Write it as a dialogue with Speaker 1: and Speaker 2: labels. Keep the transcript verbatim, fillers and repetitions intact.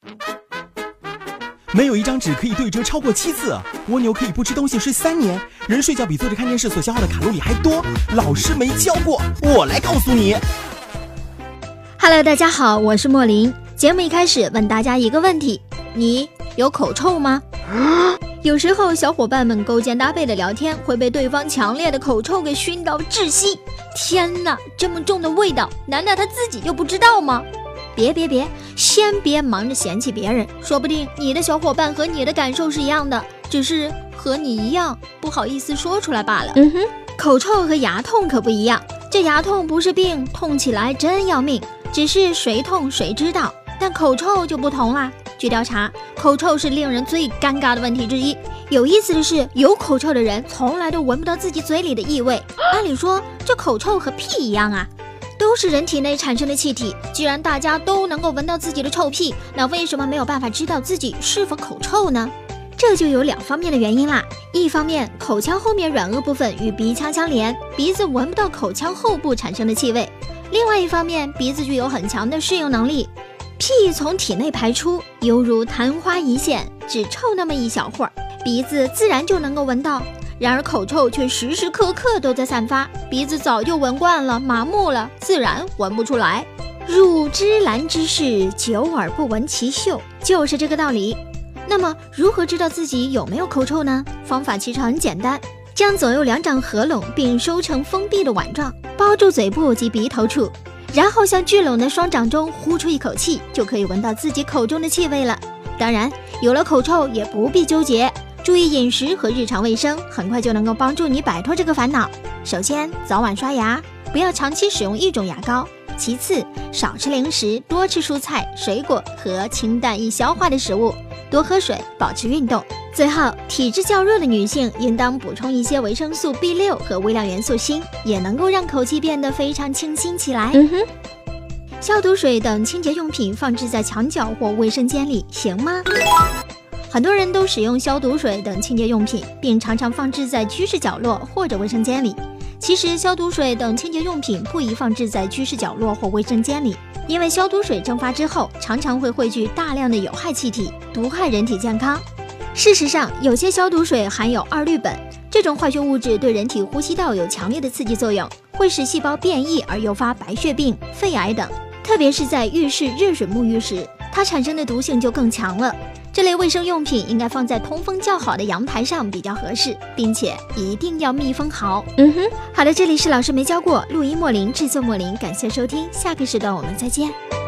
Speaker 1: 没有一张纸可以对折超过七次，蜗牛可以不吃东西睡三年，人睡觉比坐着看电视所消耗的卡路里还多。老师没教过，我来告诉你。
Speaker 2: Hello， 大家好，我是莫林。节目一开始问大家一个问题：你有口臭吗？有时候小伙伴们勾肩搭背的聊天，会被对方强烈的口臭给熏到窒息。天哪，这么重的味道，难道他自己就不知道吗？别别别，先别忙着嫌弃别人，说不定你的小伙伴和你的感受是一样的，只是和你一样不好意思说出来罢了。嗯哼，口臭和牙痛可不一样，这牙痛不是病，痛起来真要命，只是谁痛谁知道，但口臭就不同啦。据调查，口臭是令人最尴尬的问题之一。有意思的是，有口臭的人从来都闻不到自己嘴里的异味。按理说，这口臭和屁一样啊，都是人体内产生的气体。既然大家都能够闻到自己的臭屁，那为什么没有办法知道自己是否口臭呢？这就有两方面的原因啦。一方面，口腔后面软腭部分与鼻腔相连，鼻子闻不到口腔后部产生的气味。另外一方面，鼻子具有很强的适应能力，屁从体内排出，犹如昙花一现，只臭那么一小会儿，鼻子自然就能够闻到。然而口臭却时时刻刻都在散发，鼻子早就闻惯了，麻木了，自然闻不出来。入芝兰之室，久而不闻其臭，就是这个道理。那么如何知道自己有没有口臭呢？方法其实很简单，将左右两掌合拢并收成封闭的碗状，包住嘴部及鼻头处，然后向聚拢的双掌中呼出一口气，就可以闻到自己口中的气味了。当然，有了口臭也不必纠结，注意饮食和日常卫生，很快就能够帮助你摆脱这个烦恼。首先，早晚刷牙，不要长期使用一种牙膏。其次，少吃零食，多吃蔬菜、水果和清淡易消化的食物，多喝水，保持运动。最后，体质较弱的女性应当补充一些维生素 B 六 和微量元素锌，也能够让口气变得非常清新起来。嗯哼，消毒水等清洁用品放置在墙角或卫生间里，行吗？很多人都使用消毒水等清洁用品，并常常放置在居室角落或者卫生间里。其实，消毒水等清洁用品不宜放置在居室角落或卫生间里，因为消毒水蒸发之后，常常会汇聚大量的有害气体，毒害人体健康。事实上，有些消毒水含有二氯苯，这种化学物质对人体呼吸道有强烈的刺激作用，会使细胞变异而诱发白血病、肺癌等。特别是在浴室热水沐浴时，它产生的毒性就更强了。这类卫生用品应该放在通风较好的阳台上比较合适，并且一定要密封好。嗯哼，好的，这里是老师没教过，录音莫林，制作莫林，感谢收听，下个时段我们再见。